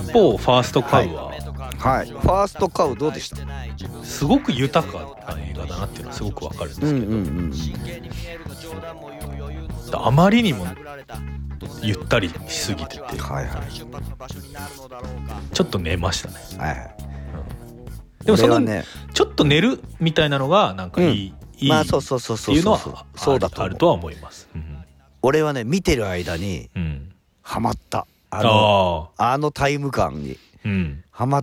方ファーストカウは、 はい、ファーストカウどうでした？ すごく豊かな映画だなっていうのはすごくわかるんですけど、あまりにもゆったりしすぎてて、 はいはい、 ちょっと寝ましたね。 はいはい、 でもその、 ね、 ちょっと寝るみたいなのがなんかいい、 まあそうそうそうそう、 っていうのはあるとは思います。 俺はね見てる間にハマった、あのタイム感にハマって、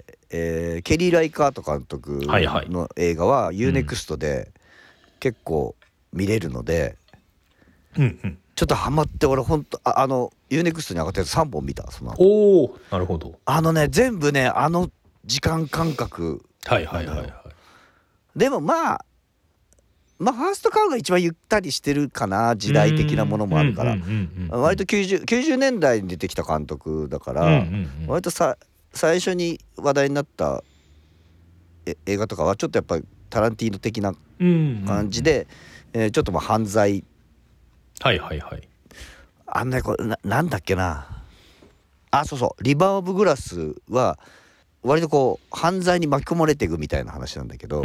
ケリー・ライカート監督の映画は UNEXT で結構見れるので、ちょっとハマって、俺ほんとUNEXT に上がったやつ3本見た。そのおお、なるほど。 全部ね時間感覚。 はいはいはいはい。 でもまあファーストカウが一番ゆったりしてるかな、時代的なものもあるから、割と90年代に出てきた監督だから、割と最初に話題になった映画とかはちょっとやっぱりタランティーノ的な感じで、ちょっと犯罪、 はいはいはい、 これなんだっけな、そうそう、リバー・オブ・グラスは割とこう犯罪に巻き込まれていくみたいな話なんだけど、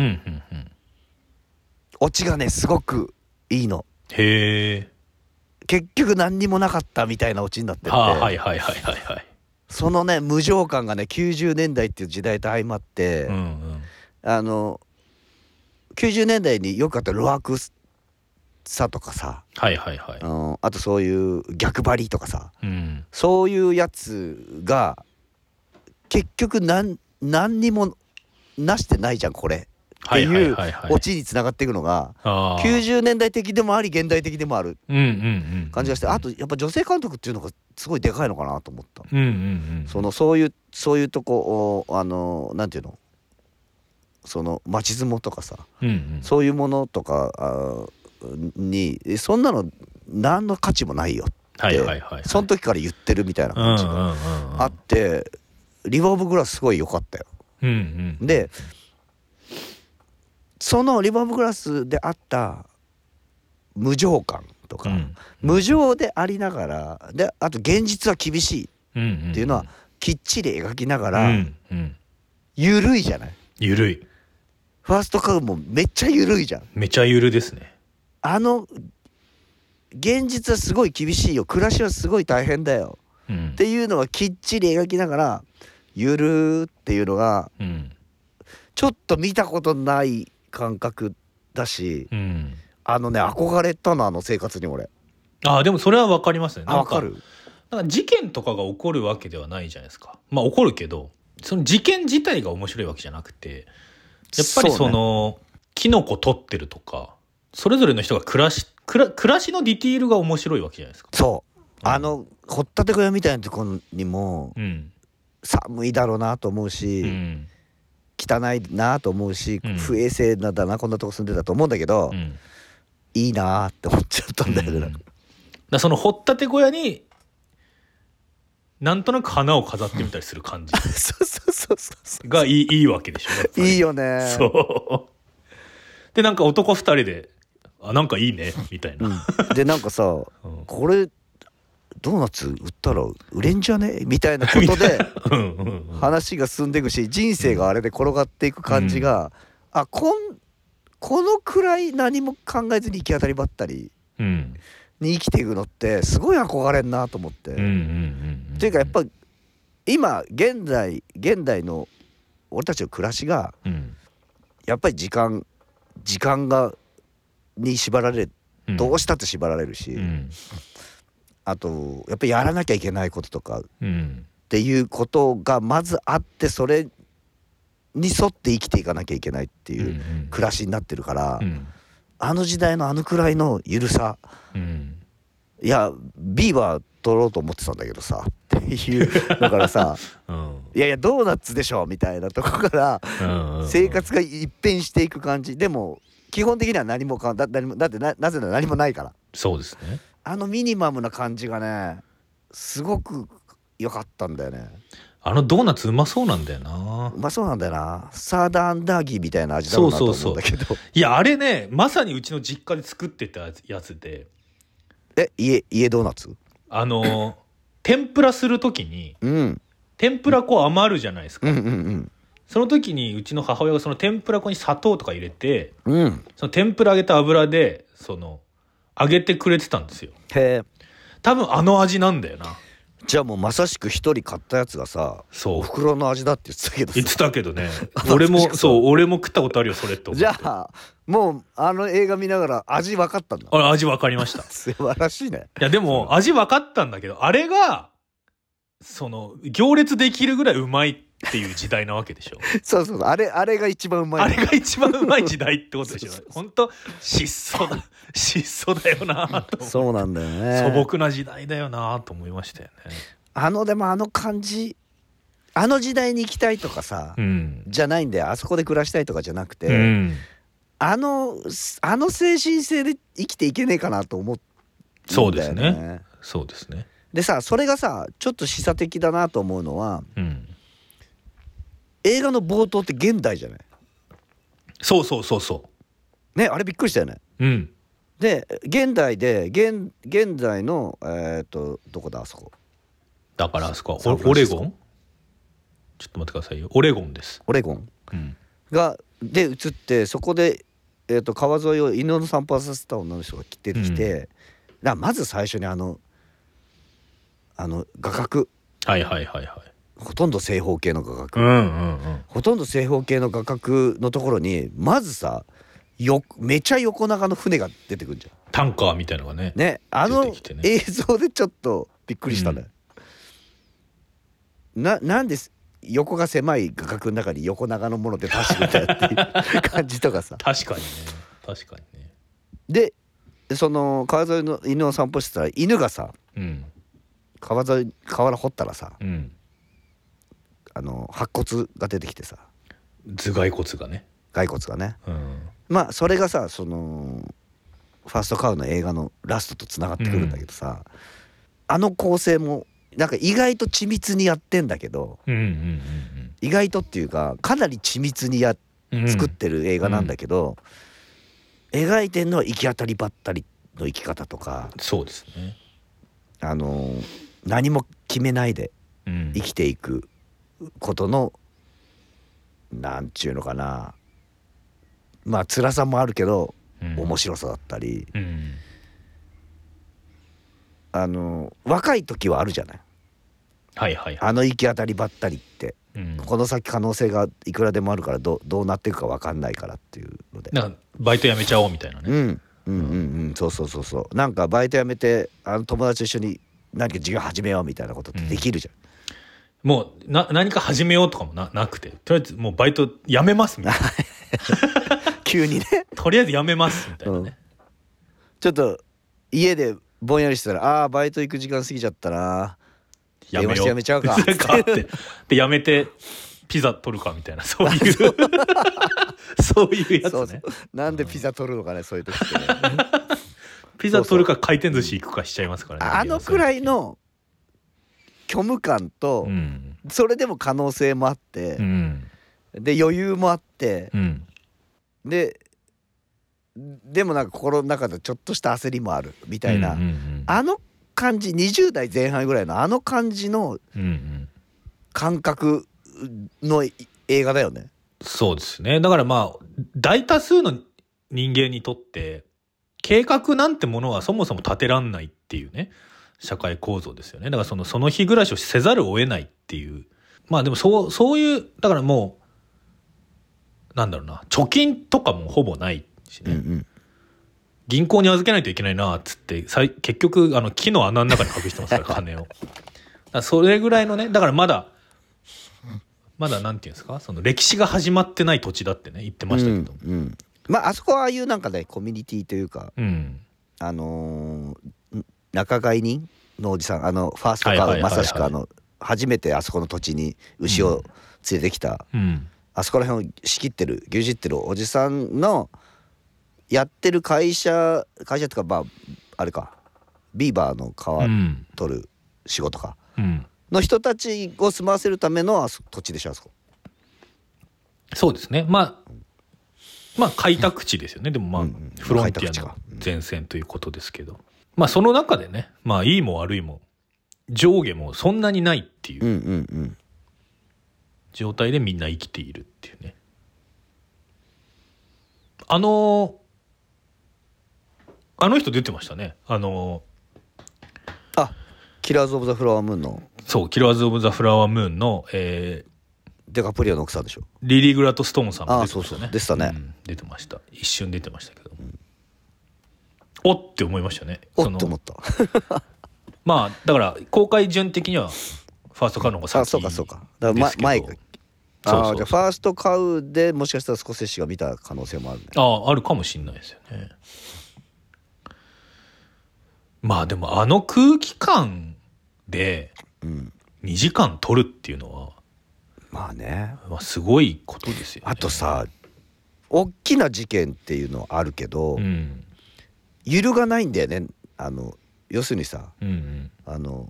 オチがねすごくいいの。 へえ。 結局何にもなかったみたいなオチになってて、 はいはいはいはいはい。 そのね無情感がね90年代っていう時代と相まって、90年代によくあった露悪さとかさ、 はいはいはい、 あとそういう逆張りとかさ、そういうやつが結局何にもなしてないじゃんこれっていうオチにつながっていくのが90年代的でもあり現代的でもある感じがして、あとやっぱ女性監督っていうのがすごいでかいのかなと思った。そういうとこなんていうの、その町相撲とかさ、そういうものとかにそんなの何の価値もないよってその時から言ってるみたいな感じがあって、リバー・オブ・グラスすごい良かったよ。でそのリバー・オブ・グラスであった無情感とか、無情でありながらで、あと現実は厳しいっていうのはきっちり描きながら、ゆるいじゃない。 ゆるい。 ファーストカウもめっちゃゆるいじゃん。 めちゃゆるですね。 現実はすごい厳しいよ、暮らしはすごい大変だよ、っていうのはきっちり描きながらゆるっていうのが、ちょっと見たことない感覚だし、憧れたの生活に俺。 でもそれは分かりますね。 分かる。 なんか事件とかが起こるわけではないじゃないですか。まあ起こるけど、その事件自体が面白いわけじゃなくて、やっぱりそのキノコ取ってるとか、それぞれの人が暮らしのディティールが面白いわけじゃないですか。 そう、掘ったて小屋みたいなところにも、寒いだろうなと思うし、汚いなと思うし、不衛生なんだな、こんなとこ住んでたと思うんだけど、いいなって思っちゃったんだよね。 だその掘ったて小屋になんとなく花を飾ってみたりする感じがいいわけでしょ。 いいよね。 そうで、なんか男2人でなんかいいねみたいな、 でなんかさ、これドーナツ売ったら売れんじゃねみたいなことで話が進んでいくし、人生があれで転がっていく感じが、このくらい何も考えずに行き当たりばったりに生きていくのってすごい憧れんなと思って。っていうかやっぱ今現代の俺たちの暮らしが、やっぱり時間に縛られる、どうしたって縛られるし、あとやっぱりやらなきゃいけないこととかっていうことがまずあって、それに沿って生きていかなきゃいけないっていう暮らしになってるから、あの時代のくらいのゆるさ、いやビーバー取ろうと思ってたんだけどさっていうだからさ、いやドーナツでしょみたいなとこから生活が一変していく感じ。でも基本的には何もだってなぜなら何もないから。そうですね。ミニマムな感じがねすごく良かったんだよね。 ドーナツうまそうなんだよな。 うまそうなんだよな。サーダーアンダーギーみたいな味だろうなと思うんだけど。 いやあれね、まさにうちの実家で作ってたやつで。 家ドーナツ？ 天ぷらするときに、 天ぷら粉余るじゃないですか、 うんうんうん、 その時にうちの母親がその天ぷら粉に砂糖とか入れて、 うん、 その天ぷら揚げた油でその揚げてくれてたんですよ。 へえ。 多分あの味なんだよな。 じゃあもうまさしく一人買ったやつがさ、 そうお袋の味だって言ってたけどさ。 言ってたけどね俺も食ったことあるよそれって思って。 じゃあもうあの映画見ながら味分かったんだ。 味分かりました素晴らしいね。 いやでも味分かったんだけど、あれがその行列できるぐらいうまいっていう時代なわけでしょそうそう、あれが一番うまい。 あれが一番うまい時代ってことでしょ本当質素だよなと思う。 そうなんだよね。 素朴な時代だよなと思いましたよね。 でもあの感じ、あの時代に行きたいとかさ、 うん、 じゃないんだよ。あそこで暮らしたいとかじゃなくて、 うん、 あの精神性で生きていけねえかなと思うんだよね。 そうですね。そうですね。 でさ、それがさちょっと示唆的だなと思うのは、 うん、 映画の冒頭って現代じゃない。 そうね、あれびっくりしたよね。 うん。 で現代のどこだあそこ。 だからあそこはオレゴン。ちょっと待ってくださいよ。オレゴンです。 オレゴン、 うん、 がで映って、そこで、川沿いを犬の散歩させた女の人が出てきて、うん、まず最初にあの画角、 はいはいはいはい、 ほとんど正方形の画角、 うんうんうん、 ほとんど正方形の画角のところにまずさめちゃ横長の船が出てくるじゃん。 タンカーみたいなのがね。 ね、映像でちょっとびっくりしたね。なんで横が狭い画角の中に横長のもので出してるんだよっていう感じとかさ。 確かにね。 でその川沿いの犬を散歩してたら、犬がさ、うん、河原掘ったらさ、うん、白骨が出てきてさ、 頭蓋骨がね、 うん、まあそれがさ、そのファーストカウの映画のラストとつながってくるんだけどさ、うん、あの構成もなんか意外と緻密にやってんだけど、うんうんうんうん、意外とっていうかかなり緻密に作ってる映画なんだけど、うん、描いてんのは行き当たりばったりの生き方とか。 そうですね。 何も決めないで生きていくことの、なんちゅうのかな、まあ辛さもあるけど、うん、面白さだったり、うん、若い時はあるじゃない、 はいはいはい、 行き当たりばったりって、うん、この先可能性がいくらでもあるから、どうなっていくか分かんないからっていうので、 なんかバイト辞めちゃおうみたいなね、 うんうんうんうん、そうなんかバイト辞めて友達と一緒に何か授業始めようみたいなことってできるじゃん、 うん、もう何か始めようとかも なくて、とりあえずもうバイト辞めますみたいな急にねとりあえず辞めますみたいなね、うん、 ちょっと家でぼんやりしてたら、バイト行く時間過ぎちゃったな、電話してやめちゃうかってで辞めてピザ取るかみたいな、そういうそういうやつね。そうなんでピザ取るのかね、そういう時ってねピザ取るか回転寿司行くかしちゃいますからね。 くらいの虚無感と、うん、それでも可能性もあって、うん、で余裕もあって、うん、でもなんか心の中でちょっとした焦りもあるみたいな、うんうんうん、あの感じ、20代前半ぐらいのあの感じの感覚の映画だよね。 そうですね。だからまあ大多数の人間にとって計画なんてものはそもそも立てらんないっていうね、社会構造ですよね。だからその日暮らしをせざるを得ないっていう、まあでもそういうだからもうなんだろうな、貯金とかもほぼないしね、うんうん、銀行に預けないといけないなっつって結局木の穴の中に隠してますから金をだからそれぐらいのね、だからまだなんていうんですか、その歴史が始まってない土地だってね言ってましたけど、 うんうん、まああそこはああいうなんかねコミュニティというか、うん、仲買人のおじさん、ファーストカード、まさしく初めてあそこの土地に牛を連れてきた、うん、あそこら辺を仕切ってる牛耳ってるおじさんのやってる会社っていうか、まああれか、ビーバーの皮取る仕事か、うんの人たちを住まわせるための土地でしょ、あそこ。 そうですね。まあ開拓地ですよね。でもまあ、フロンティアの前線ということですけど、まあその中でね、まあいいも悪いも上下もそんなにないっていう、 状態でみんな生きているっていうね。あの人出てましたね。 キラーズ・オブ・ザ・フラワームーンの。 そう、キラーズ・オブ・ザ・フラワームーンの、 デカプリオの奥さんでしょ。 リリー・グラッドストーンさんも出てましたね。 そう出てたね、 出てました。一瞬出てましたけど、おって思いましたね。 おって思ったまあだから公開順的にはファーストカウの方が先そうかだから前か。じゃあファーストカウでもしかしたらスコセッシが見た可能性もあるね。 あるかもしれないですよね。まあでもあの空気感で2時間撮るっていうのは、 まあね、 すごいことですよね。 あとさ、大きな事件っていうのはあるけど、揺るがないんだよね。要するにさ、あの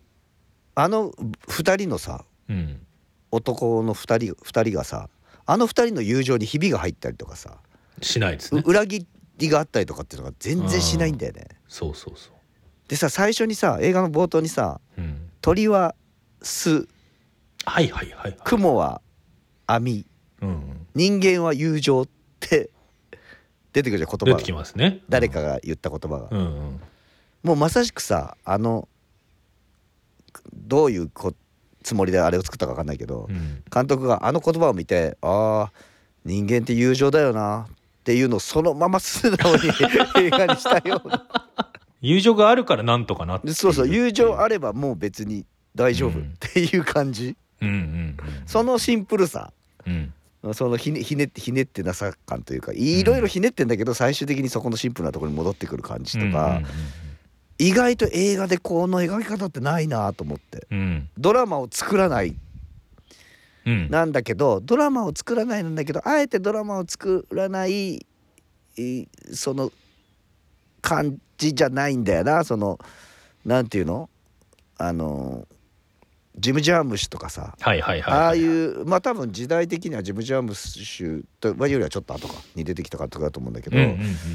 2人のさ、男の2人がさ、あの2人の友情にひびが入ったりとかさしないですね。 裏切りがあったりとかっていうのが全然しないんだよね。 そうでさ、最初にさ、映画の冒頭にさ、鳥は巣、雲は網、人間は友情って出てくるじゃん、言葉が。 出てきますね。 誰かが言った言葉が、もうまさしくさ、どういうつもりであれを作ったか分かんないけど、監督があの言葉を見て、ああ人間って友情だよなっていうのをそのまま素直に映画にしたような友情があるからなんとかなって。 そう友情あればもう別に大丈夫っていう感じ、そのシンプルさ、そのひねってなさ感というか、いろいろひねってんだけど、最終的にそこのシンプルなところに戻ってくる感じとか、意外と映画でこの描き方ってないなと思って、ドラマを作らない、なんだけどドラマを作らないなんだけど、あえてドラマを作らないその感じじゃないんだよな。そのなんていうの、ジム・ジャームッシュとかさ、ああいうまあ多分時代的にはジム・ジャームッシュとよりはちょっと後かに出てきたかとかだと思うんだけど、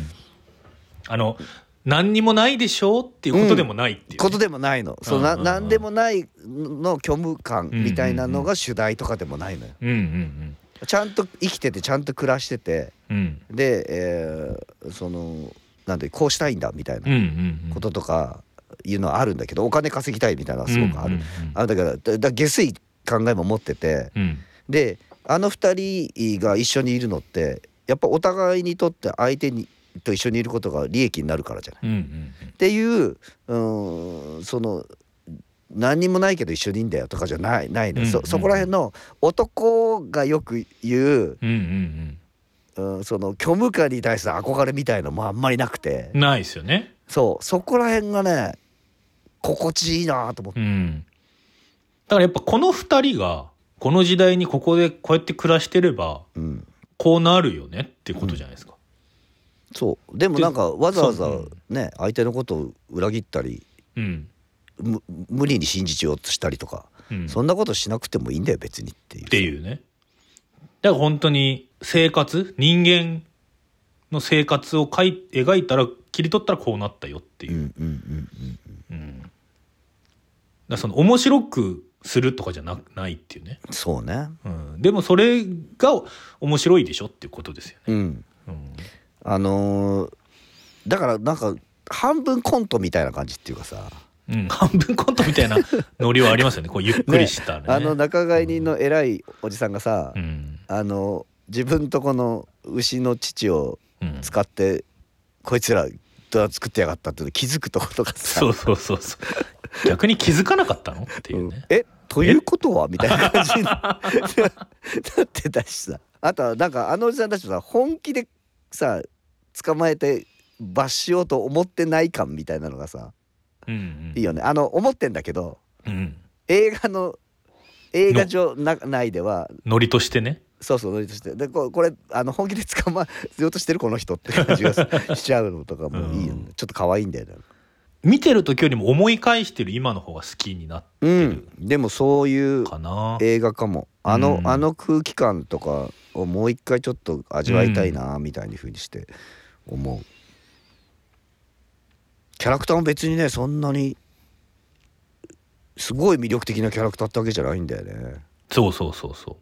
何にもないでしょうっていうことでもないっていう、 ことでもないの。何でもないの虚無感みたいなのが主題とかでもないのよ。ちゃんと生きててちゃんと暮らしてて、で、そのなんでこうしたいんだみたいなこととかいうのはあるんだけど、お金稼ぎたいみたいなのはすごくある。だから下水考えも持ってて、であの2人が一緒にいるのってやっぱお互いにとって相手にと一緒にいることが利益になるからじゃない、っていう、その何にもないけど一緒にいいんだよとかじゃないの、そこら辺の男がよく言う、その虚無感に対する憧れみたいのもあんまりなくて、 ないですよね。 そこら辺がね心地いいなと思って、 だからやっぱこの2人がこの時代にここでこうやって暮らしてれば、こうなるよねってことじゃないですか。 そうでもなんかわざわざね、相手のことを裏切ったり、無理に信じようとしたりとか、そんなことしなくてもいいんだよ別にっていうね。 だから本当に人間の生活を描いたら、切り取ったらこうなったよっていう。だその面白くするとかじゃないっていうね。 そうね、 でもそれが面白いでしょっていうことですよね。 だからなんか半分コントみたいな感じっていうかさ、 半分コントみたいなノリはありますよね。こうゆっくりしたね。 仲買人の偉いおじさんがさ、自分とこの牛の乳を使って、こいつらドラ作ってやがったって気づくとことかさ、 そう逆に気づかなかったのっていうね、 ということはみたいな感じになってたしさ、あとはなんかおじさんたちさ、本気でさ捕まえて罰しようと思ってない感みたいなのがさ、いいよね。思ってんだけど、映画上内ではノリとしてね、 ノリとしてでこれ本気で捕まえようとしてるこの人って感じがしちゃうのとかもいいよね。ちょっと可愛いんだよね。 見てる時よりも思い返してる今の方が好きになってる、 でもそういう映画かも。あの空気感とかをもう一回ちょっと味わいたいなみたいに風にして思う。キャラクターも別にねそんなにすごい魅力的なキャラクターってわけじゃないんだよね。 そうそうそうそう。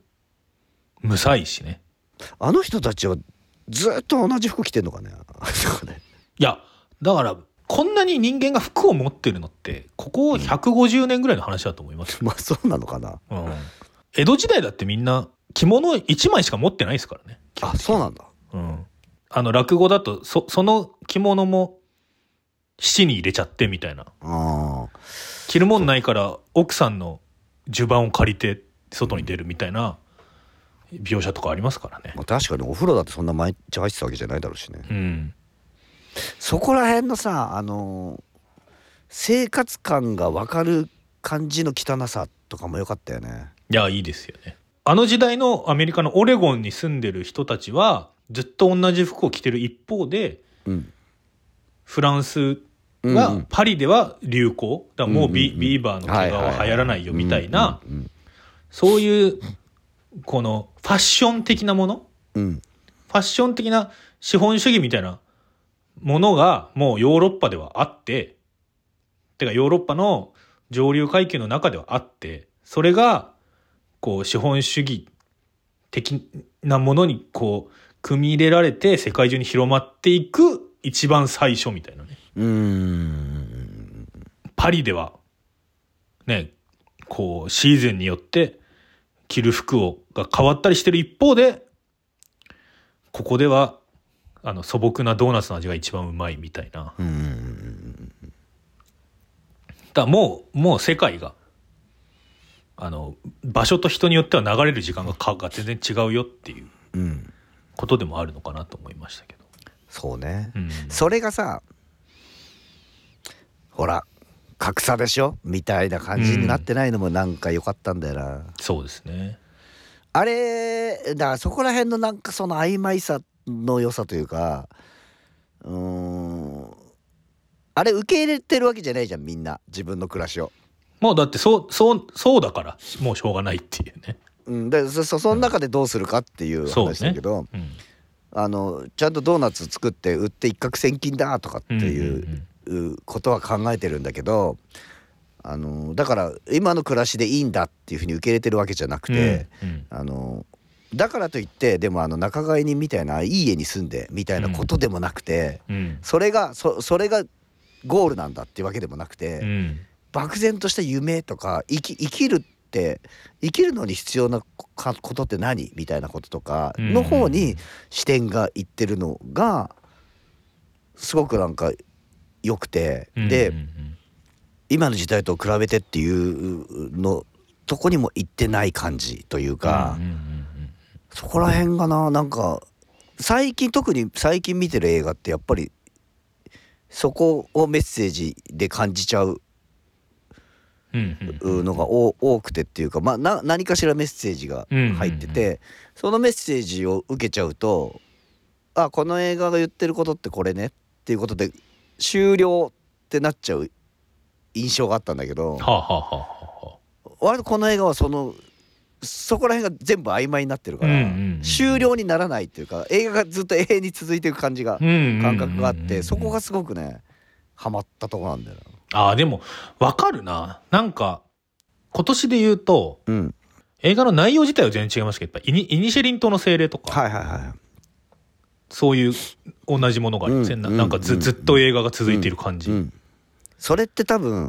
むさいしね。 あの人たちはずっと同じ服着てんのかね。 いや、だから、こんなに人間が服を持ってるのって、ここ150年ぐらいの話だと思います。 まあそうなのかな。 うん。江戸時代だってみんな着物1枚しか持ってないですからね。 あ、そうなんだ。 うん。落語だと、その着物も七に入れちゃってみたいな。着るもんないから奥さんの襦袢を借りて外に出るみたいな描写とかありますからね。 まあ、確かにお風呂だってそんな毎日入ってたわけじゃないだろうしね。 うん。 そこら辺のさ、生活感が分かる感じの汚さとかも良かったよね。 いや、いいですよね。あの時代のアメリカのオレゴンに住んでる人たちはずっと同じ服を着てる一方で、 うん、 フランスはパリでは流行だからもうビーバーの毛皮は流行らないよみたいな、そういうこのファッション的なもの、 うん、 ファッション的な資本主義みたいなものがもうヨーロッパではあって、てかヨーロッパの上流階級の中ではあって、それがこう資本主義的なものにこう組み入れられて世界中に広まっていく一番最初みたいなね。パリではね、こうシーズンによって着る服が変わったりしてる一方で、ここでは素朴なドーナツの味が一番うまいみたいな。だからもう世界が場所と人によっては流れる時間が全然違うよっていうことでもあるのかなと思いましたけど。 そうね、それがさ、ほら格差でしょみたいな感じになってないのもなんか良かったんだよな。 そうですね。 あれだからそこら辺のなんかその曖昧さの良さというか、あれ受け入れてるわけじゃないじゃん、みんな自分の暮らしを。 もうだってそうだからもうしょうがないっていうね。 でその中でどうするかっていう話だけど、ちゃんとドーナツ作って売って一攫千金だとかっていうことは考えてるんだけど、だから今の暮らしでいいんだっていうふうに受け入れてるわけじゃなくて、だからといってでも仲買人みたいないい家に住んでみたいなことでもなくて、それがゴールなんだっていうわけでもなくて、漠然とした夢とか生きるのに必要なことって何みたいなこととかの方に視点がいってるのがすごくなんか良くて、で今の時代と比べてっていうのとこにも行ってない感じというか、そこら辺がなんか特に最近見てる映画ってやっぱりそこをメッセージで感じちゃうのが多くてっていうか、何かしらメッセージが入ってて、そのメッセージを受けちゃうと、この映画が言ってることってこれねっていうことで終了ってなっちゃう印象があったんだけど、割とこの映画はそこら辺が全部曖昧になってるから、終了にならないっていうか、映画がずっと永遠に続いていく感覚があって、そこがすごくねハマったとこなんだよな。 でも分かるな。なんか今年で言うと、映画の内容自体は全然違いますけど、やっぱイニシェリン島の精霊とか、そういう同じものがありません？なんかずっと映画が続いている感じ。 それって多分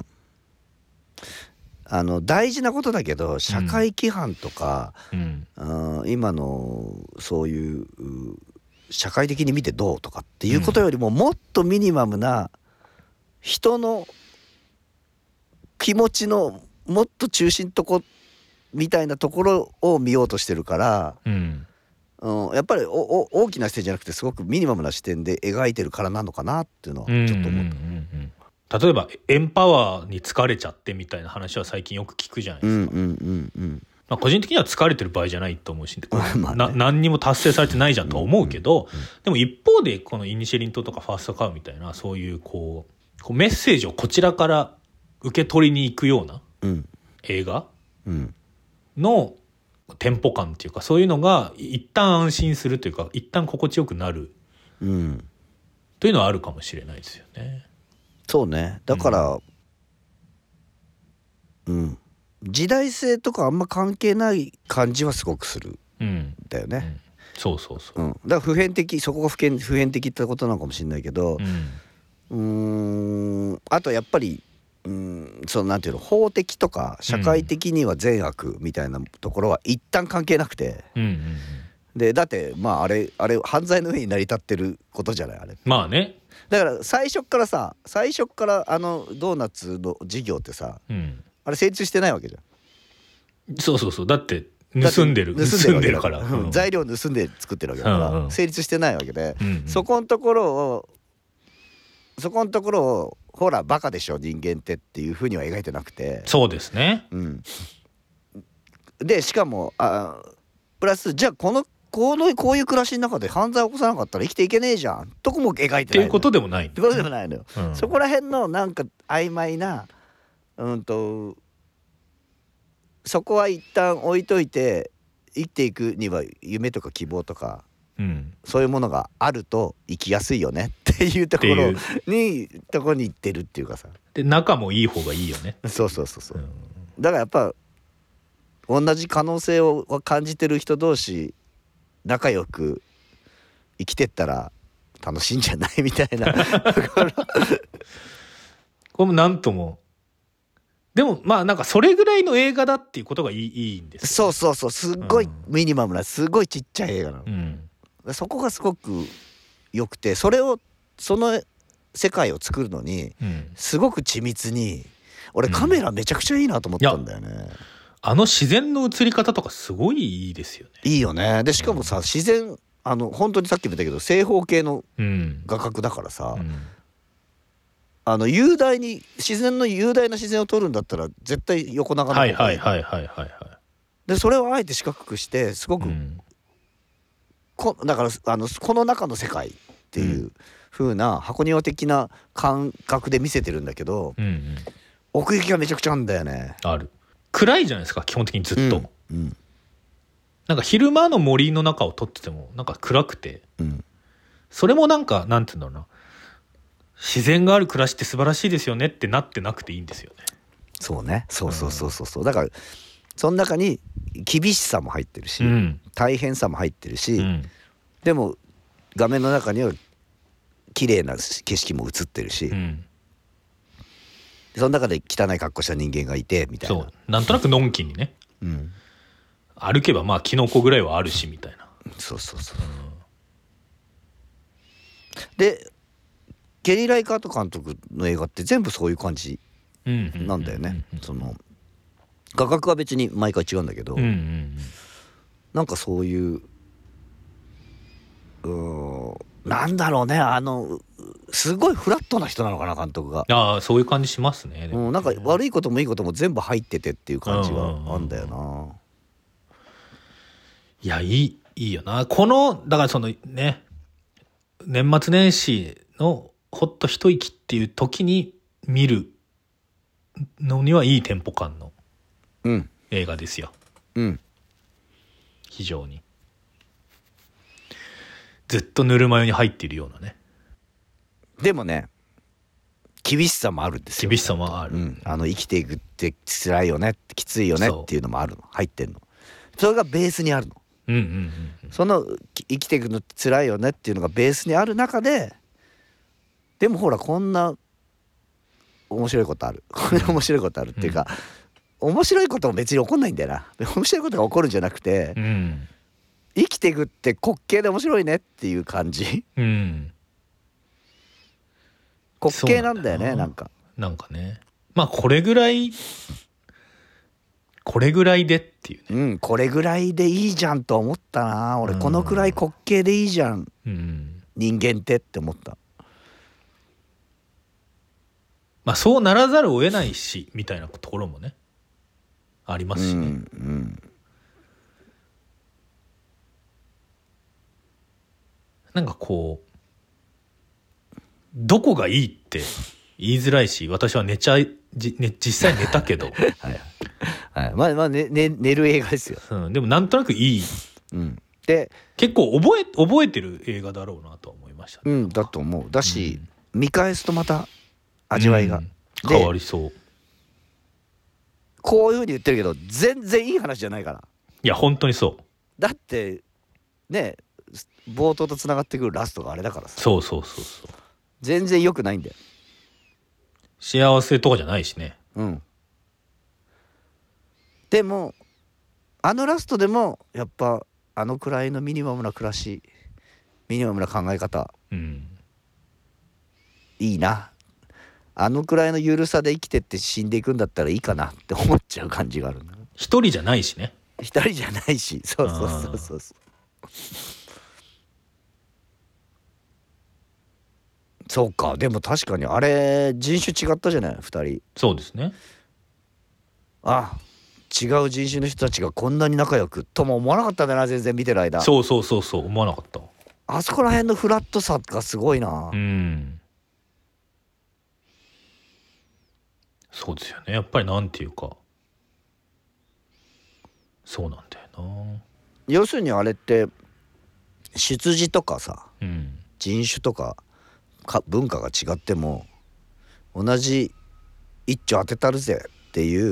大事なことだけど、社会規範とか、今のそういう社会的に見てどうとかっていうことよりも、もっとミニマムな人の気持ちのもっと中心とこみたいなところを見ようとしてるから、やっぱり大きな視点じゃなくてすごくミニマムな視点で描いてるからなのかなっていうのはちょっと思った。 例えばエンパワーに疲れちゃってみたいな話は最近よく聞くじゃないですか。個人的には疲れてる場合じゃないと思うし、何にも達成されてないじゃんとは思うけど、でも一方でこのイニシェリン島とかファーストカウみたいな、そういうこうメッセージをこちらから受け取りに行くような映画のテンポ感っていうか、そういうのが一旦安心するというか、一旦心地よくなるというのはあるかもしれないですよね。 そうね。だから時代性とかあんま関係ない感じはすごくするんだよね、 うん、そうそうそう、 だから普遍的、そこが普遍的ってことなのかもしれないけど、あとやっぱりそのなんていうの、法的とか社会的には善悪みたいなところは一旦関係なくて、でだってまああれ犯罪の上に成り立ってることじゃない、あれ。 まあね。 だから最初からドーナツの事業ってさ、あれ成立してないわけじゃん。 そうだって盗んでるから、 材料盗んで作ってるわけだから、成立してないわけで、そこのところをほらバカでしょ人間ってっていうふうには描いてなくて。 そうですね、 でしかもプラスじゃあこういう暮らしの中で犯罪を起こさなかったら生きていけねえじゃんとこも描いてないっていうことでもないのよ、そこら辺のなんか曖昧なそこは一旦置いといて、生きていくには夢とか希望とか、そういうものがあると生きやすいよねっていうところに行ってるっていうかさ。 で仲もいい方がいいよね。 そう、だからやっぱ同じ可能性を感じてる人同士仲良く生きてったら楽しいんじゃないみたいなこれもなんとも。でもまあなんかそれぐらいの映画だっていうことがいいんですよ、ね、そうすっごいミニマムなすごいちっちゃい映画なの、そこがすごく良くて、その世界を作るのにすごく緻密に、俺カメラめちゃくちゃいいなと思ったんだよね、 自然の映り方とかすごいいいですよね。いいよね。でしかもさ、自然本当にさっきも言ったけど正方形の画角だからさ、雄大に雄大な自然を撮るんだったら絶対横長の方がいい。でそれをあえて四角くしてすごく、だからこの中の世界っていう風な箱庭的な感覚で見せてるんだけど、奥行きがめちゃくちゃあるんだよね。 ある。暗いじゃないですか基本的にずっと、なんか昼間の森の中を撮っててもなんか暗くて、それもなんかなんていうんだろうな、自然がある暮らしって素晴らしいですよねってなってなくていいんですよね。 そうね、そう、だからその中に厳しさも入ってるし、大変さも入ってるし、でも画面の中には綺麗な景色も映ってるし、その中で汚い格好した人間がいてみたいな、 なんとなくのんきにね、歩けばまあキノコぐらいはあるしみたいな。 そう、でゲリライカート監督の映画って全部そういう感じなんだよね。その画角は別に毎回違うんだけど、なんかそういうなんだろうね、すごいフラットな人なのかな監督が。 そういう感じしますね。 なんか悪いこともいいことも全部入っててっていう感じがあんだよな。 いやいいよな。だからそのね、年末年始のほっと一息っていう時に見るのにはいいテンポ感の映画ですよ、非常にずっとぬるま湯に入っているようなね。 でもね厳しさもあるんですよ。 厳しさもある、 生きていくって辛いよねきついよねっていうのもあるの、入ってんの。それがベースにあるの。その生きていくのって辛いよねっていうのがベースにある中で、でもほらこんな面白いことある面白いことあるっていうか、面白いことも別に起こんないんだよな。面白いことが起こるんじゃなくて、生きていくって滑稽で面白いねっていう感じ、滑稽なんだよね。なんかね、まあこれぐらいでっていうね、 これぐらいでいいじゃんと思ったな俺。このくらい滑稽でいいじゃん、人間って思った。 まあそうならざるを得ないしみたいなところもねありますしね、なんかこうどこがいいって言いづらいし、私は実際寝たけどまあ、寝る映画ですよ、 でもなんとなくいい、で結構覚えてる映画だろうなとは思いましたね。 だと思う。だし、見返すとまた味わいが、 変わりそう。 こういうふうに言ってるけど全然いい話じゃないから。 いや本当にそう。 だってね、冒頭とつながってくるラストがあれだからさ。 そうそうそうそう。 全然良くないんだよ。 幸せとかじゃないしね。 うん。でもあのラストでもやっぱあのくらいのミニマムな暮らし、ミニマムな考え方、 うん、 いいな。あのくらいの緩さで生きてって死んでいくんだったらいいかなって思っちゃう感じがあるな。 一人じゃないしね。 一人じゃないし、そうそうそうそうそう。そうか、でも確かにあれ人種違ったじゃない、2人。 そうですね。 あ、違う人種の人たちがこんなに仲良くとも思わなかったんだな、全然見てる間。 そうそうそうそう、思わなかった。 あそこら辺のフラットさがすごいな。 うん、そうですよね。やっぱりなんていうか、そうなんだよな。 要するにあれって出自とかさ、 うん、 人種とか文化が違っても同じ一丁当てたるぜっていう、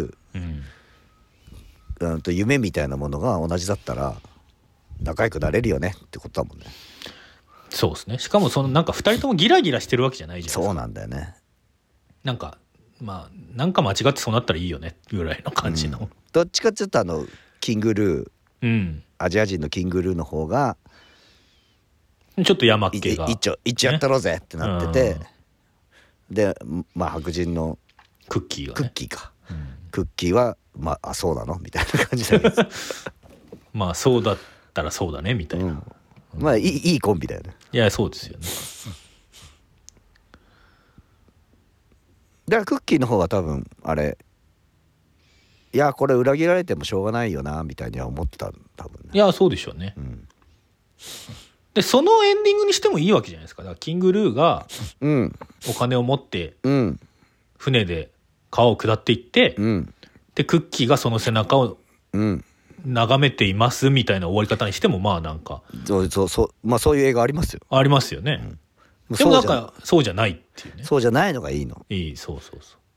夢みたいなものが同じだったら仲良くなれるよねってことだもんね。 そうですね。しかもそのなんか2人ともギラギラしてるわけじゃないじゃないですか。 そうなんだよね。 なんかまあなんか間違ってそうなったらいいよねぐらいの感じの、 どっちかっていうとキングルー、アジア人のキングルーの方がちょっと山っ気が一応やったろうぜってなってて、でまあ白人のクッキーがね、 クッキーか、クッキーはまあそうなのみたいな感じだけどまあそうだったらそうだねみたいな、 まあいいコンビだよね。 いやそうですよね。 だからクッキーの方は多分あれ、いやこれ裏切られてもしょうがないよなみたいには思ってた多分ね。 いやそうでしょうね、でそのエンディングにしてもいいわけじゃないですか。だからキングルーがお金を持って船で川を下っていって、でクッキーがその背中を眺めていますみたいな終わり方にしてもまあなんかまあそういう映画ありますよ。 ありますよね、でもなんかそうじゃないっていうね。 そうじゃないのがいいの。 いい、そうそうそう。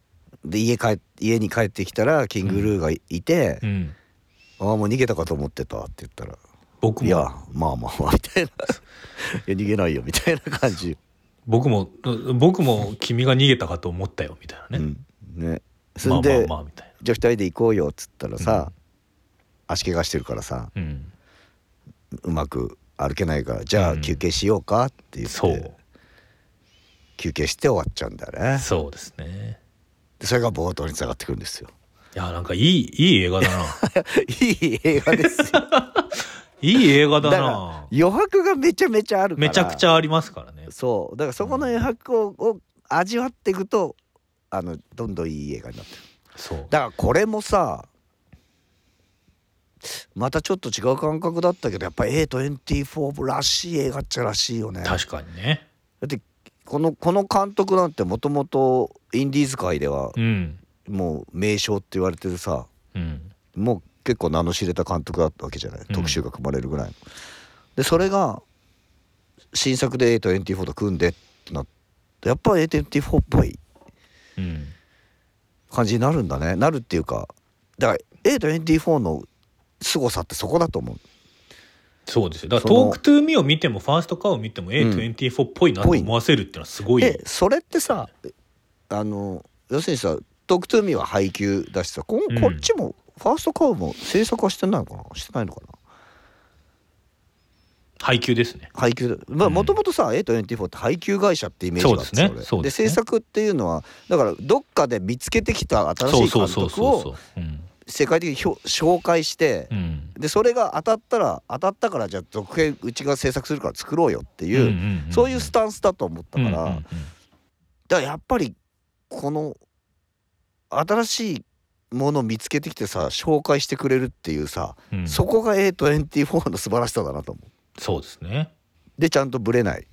で家に帰ってきたらキングルーがいて、ああもう逃げたかと思ってたって言ったら、 僕もいやまあまあみたいな、いや逃げないよみたいな感じ。 僕も君が逃げたかと思ったよみたいなね。 ね、そんで、 まあみたいな、 じゃあ2人で行こうよっつったらさ、足怪我してるからさ、うまく歩けないからじゃあ休憩しようかって言って、休憩して終わっちゃうんだよね。 そうですね。 でそれが冒頭につながってくるんですよ。 いやなんかいい映画だないい映画ですよいい映画だな。 余白がめちゃめちゃあるから、 めちゃくちゃありますからね。 そうだからそこの余白を味わっていくとどんどんいい映画になってる。 そうだからこれもさまたちょっと違う感覚だったけど、やっぱ A24 らしい映画っちゃらしいよね。 確かにね。 だってこの監督なんてもともとインディーズ界ではもう名将って言われてるさ、もう結構名の知れた監督だったわけじゃない、特集が組まれるぐらいの。でそれが新作で A24 と組んでってなってやっぱ A24 っぽい感じになるんだね。なるっていうか、だから A24 の凄さってそこだと思う。 そうですよ。だからトークトゥーミーを見てもファーストカーを見ても A24 っぽいなと思わせるっていうのはすごい。 それってさ要するにさトークトゥーミーは配給だしさ、こっちもファーストカーも制作はしてないのかな、してないのかな。 配給ですね。 配給もともとさ A24 って配給会社ってイメージがあって、 そうですね。 で制作っていうのはだからどっかで見つけてきた新しい監督を世界的に紹介して、でそれが当たったからじゃあ続編うちが制作するから作ろうよっていう、そういうスタンスだと思ったから、だからやっぱりこの新しいものを見つけてきてさ紹介してくれるっていうさ、そこが A24 の素晴らしさだなと思う。 そうですね。 でちゃんとブレない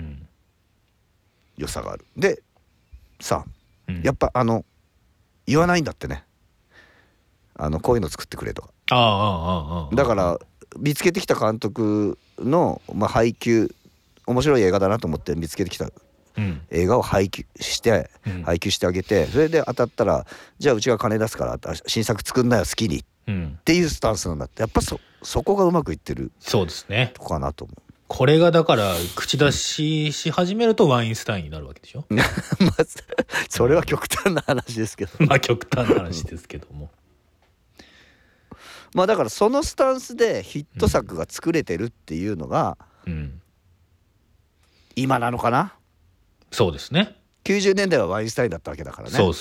良さがある。でさ、やっぱ言わないんだってね、こういうの作ってくれとか。だから見つけてきた監督の、配給面白い映画だなと思って見つけてきた映画を配給してあげて、それで当たったらじゃあうちが金出すから新作作んなよ好きにっていうスタンスなんだって。やっぱそこがうまくいってるそうですねとかなと思う。 これがだから口出しし始めるとワインスタインになるわけでしょまずそれは極端な話ですけどまあ極端な話ですけどもまあだからそのスタンスでヒット作が作れてるっていうのが今なのかな。 そうですね。 90年代はワインスタインだったわけだからね。 そう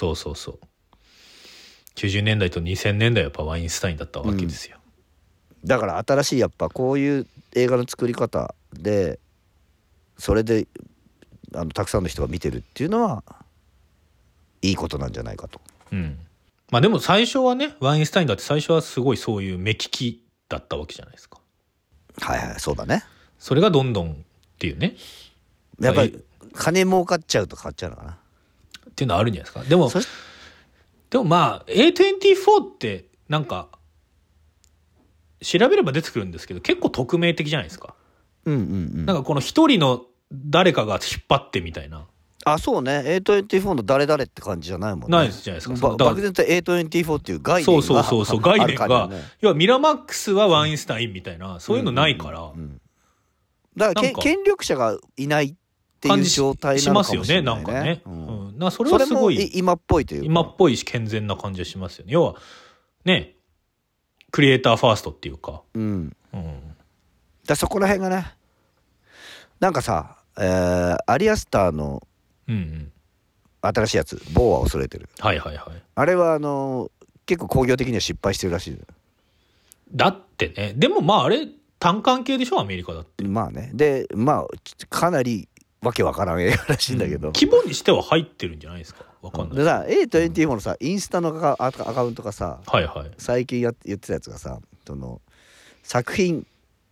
90年代と2000年代はやっぱワインスタインだったわけですよ、 だから新しいやっぱこういう映画の作り方でそれでたくさんの人が見てるっていうのはいいことなんじゃないかと。 まあでも最初はねワインスタインだって最初はすごいそういう目利きだったわけじゃないですか。 はいそうだね。 それがどんどんっていうねやっぱり金儲かっちゃうと変わっちゃうのかなっていうのはあるんじゃないですか。でもまあ A24 ってなんか調べれば出てくるんですけど結構匿名的じゃないですか。なんかこの一人の誰かが引っ張ってみたいな。 そうね。A24 の誰々って感じじゃないもんね。 ないじゃないですか。 漠然と A24 っていう概念がそう概念が、要はミラマックスはワインスタインみたいなそういうのないから。 だから権力者がいないっていう状態なのかもしれないね。 しますよね。なんかね。それはすごい今っぽいというか。 今っぽいし健全な感じはしますよね。要はねクリエイターファーストっていうか。 だそこら辺がねなんかさ、アリアスターの新しいやつ「某は恐れてる」あれは結構興行的には失敗してるらしい。 だってね。でもまああれ単館系でしょアメリカだって。 まあね。でまあかなりわけわからん映画らしいんだけど、 規模にしては入ってるんじゃないですか。わかんない。 でさ A24 のさインスタのアカウントがさ、最近言ってたやつがさ作品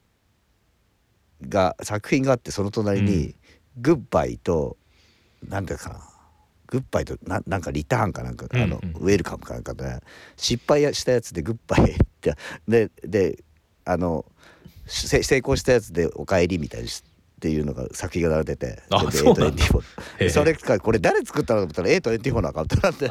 があってその隣に、グッバイとなんだかなグッバイとなんかリターンかなんか、ウェルカムかなんかで、失敗したやつでグッバイってで成功したやつでお帰りみたいっていうのが作品が並んでて、 そうなんだ。 それかこれ誰作ったのと思ったら A24 のアカウントなんで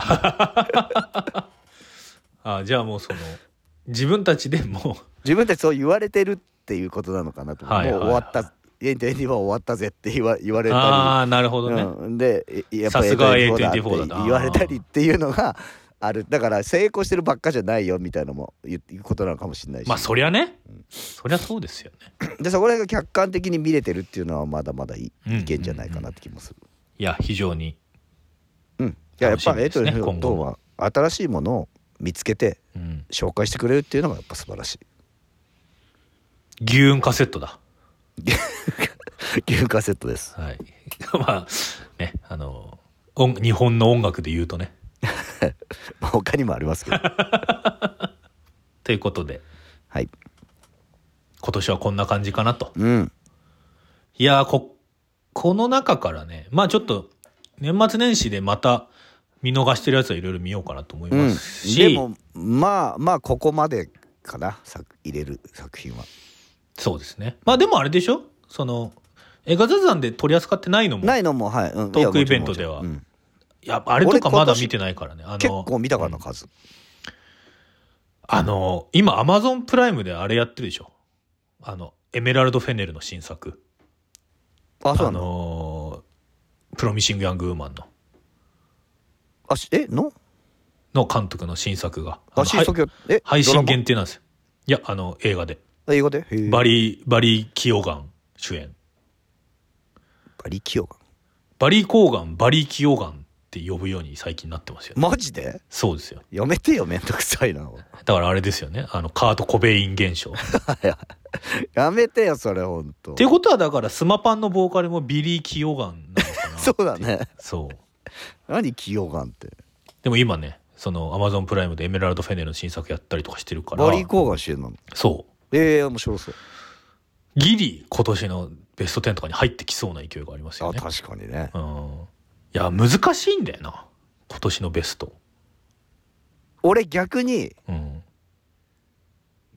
じゃあもう自分たちそう言われてるっていうことなのかなと。もう終わったA24 は終わったぜって言われたり。 なるほどね。 でやっぱさすが A24 だって言われたりっていうのがある。だから成功してるばっかじゃないよみたいなのも言うことなのかもしれないし。 まあそりゃね、そりゃそうですよね。 でそこら辺が客観的に見れてるっていうのはまだまだいけんじゃないかなって気もする。 いや非常にやっぱA24は新しいものを見つけて紹介してくれるっていうのがやっぱ素晴らしい。 牛運カセットだ。 牛運カセットです。 はい。まあね日本の音楽で言うとね他にもありますけどということで、 はい、 今年はこんな感じかなと。いやこの中からねまあちょっと年末年始でまた見逃してるやつはいろいろ見ようかなと思いますし、 でもまあここまでかな入れる作品は。 そうですね。まあでもあれでしょ映画雑談で取り扱ってないのもはい、 トークイベントでは、いやあれとかまだ見てないからね。 結構見たからな数。 今アマゾンプライムであれやってるでしょ。エメラルド・フェネルの新作。 そうなの。 プロミシング・ヤング・ウーマンのの監督の新作が配信限定なんですよ。いや映画でバリー・キオガン主演。 バリー・キオガンバリー・キオガンって呼ぶように最近なってますよね。 マジで？ そうですよ。 やめてよ、めんどくさいな。 だからあれですよねカート・コベイン現象やめてよそれほんと。 っていうことはだからスマパンのボーカルもビリー・キオガンなのかなそうだね。 そう何キオガンって。 でも今ねアマゾンプライムでエメラルド・フェネルの新作やったりとかしてるから。 バリー・コーガン主演なの？ そう面白そう。 ギリ今年のベスト10とかに入ってきそうな勢いがありますよね。 確かにね。 いや難しいんだよな今年のベスト。 俺逆に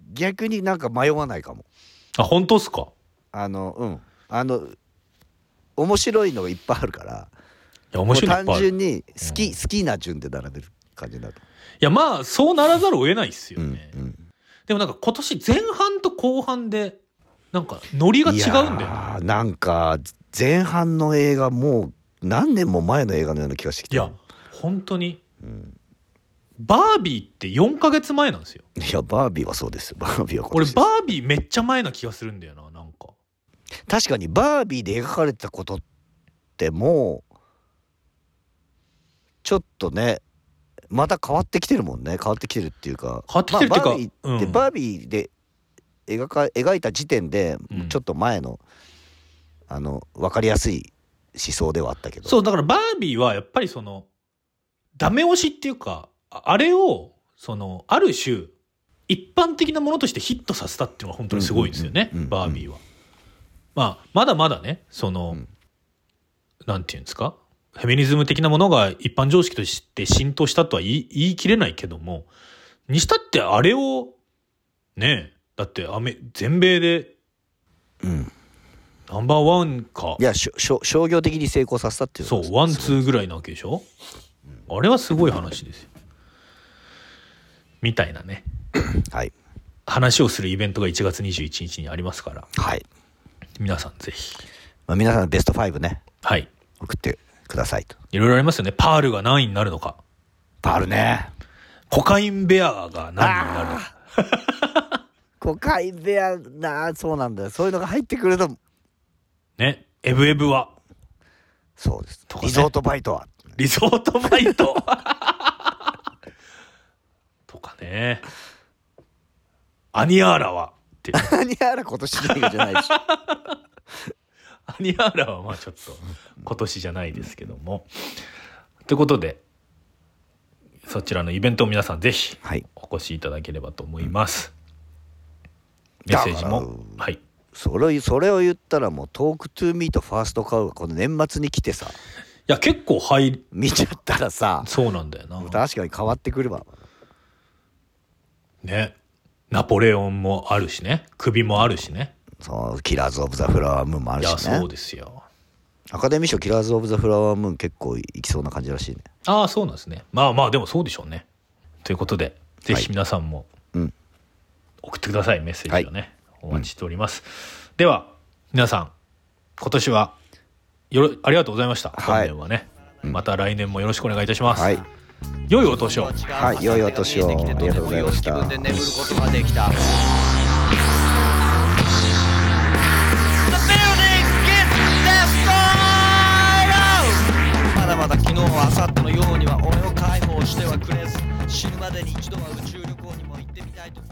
なんか迷わないかも。 本当っすか？ 面白いのがいっぱいあるから、 いや面白いのいっぱいある。 単純に好きな順で並べる感じになる。 いやまあそうならざるを得ないっすよね、 うんうん、 でもなんか今年前半と後半でなんかノリが違うんだよな。なんか前半の映画もう何年も前の映画のような気がしてきた。 いや本当に、バービーって4ヶ月前なんですよ。 いやバービーはそうですよ。バービーは今年です。 俺バービーめっちゃ前な気がするんだよな。なんか確かにバービーで描かれたことってもうちょっとねまた変わってきてるもんね。変わってきてるっていうか、 変わってきてるっていうか、 バービーで描いた時点でちょっと前の、分かりやすい思想ではあったけど、 そうだからバービーはやっぱりそのダメ押しっていうか、あれをそのある種一般的なものとしてヒットさせたっていうのは本当にすごいんですよね、バービーは。まあまだまだねその、なんていうんですか、フェミニズム的なものが一般常識として浸透したとは言い切れないけども、にしたってあれをね、だって全米でナンバーワンか、 いや商業的に成功させたっていう、 そうワンツーぐらいなわけでしょ、あれはすごい話ですよみたいなねはい、 話をするイベントが1月21日にありますから、 はい、 皆さんぜひ、 皆さんベスト5ね、 はい、 送ってくださいと。 いろいろありますよね。パールが何位になるのか、 パールね、 コカインベアが何位になるのかコカインベアな、そうなんだよ。そういうのが入ってくるとね、エブエブはそうです、 とかね、 リゾートバイトはリゾートバイトとかね、アニアーラはっていう、 アニアーラ今年の映画じゃないでしょアニアーラはまあちょっと今年じゃないですけども、ということでそちらのイベントを皆さんぜひお越しいただければと思います、メッセージも、はい、 それを言ったらもうトークトゥーミーとファーストカウがこの年末に来てさ、 いや結構見ちゃったらさ、 そうなんだよな、 確かに変わってくるわね。ナポレオンもあるしね、首もあるしね、 そうキラーズ・オブ・ザ・フラワームーンもあるしね。 いやそうですよ、 アカデミー賞キラーズ・オブ・ザ・フラワームーン結構いきそうな感じらしいね。 ああそうなんですね。まあまあでもそうでしょうね。ということでぜひ皆さんも送ってください、メッセージをね、お待ちしております、では皆さん今年はありがとうございました。本年はね、また来年もよろしくお願いいたします、良いお年を。 はい、良いお年を。ありがとうございました。 まだまだ昨日は明後日のようには俺を解放してはくれず、死ぬまでに一度は宇宙旅行にも行ってみたいと。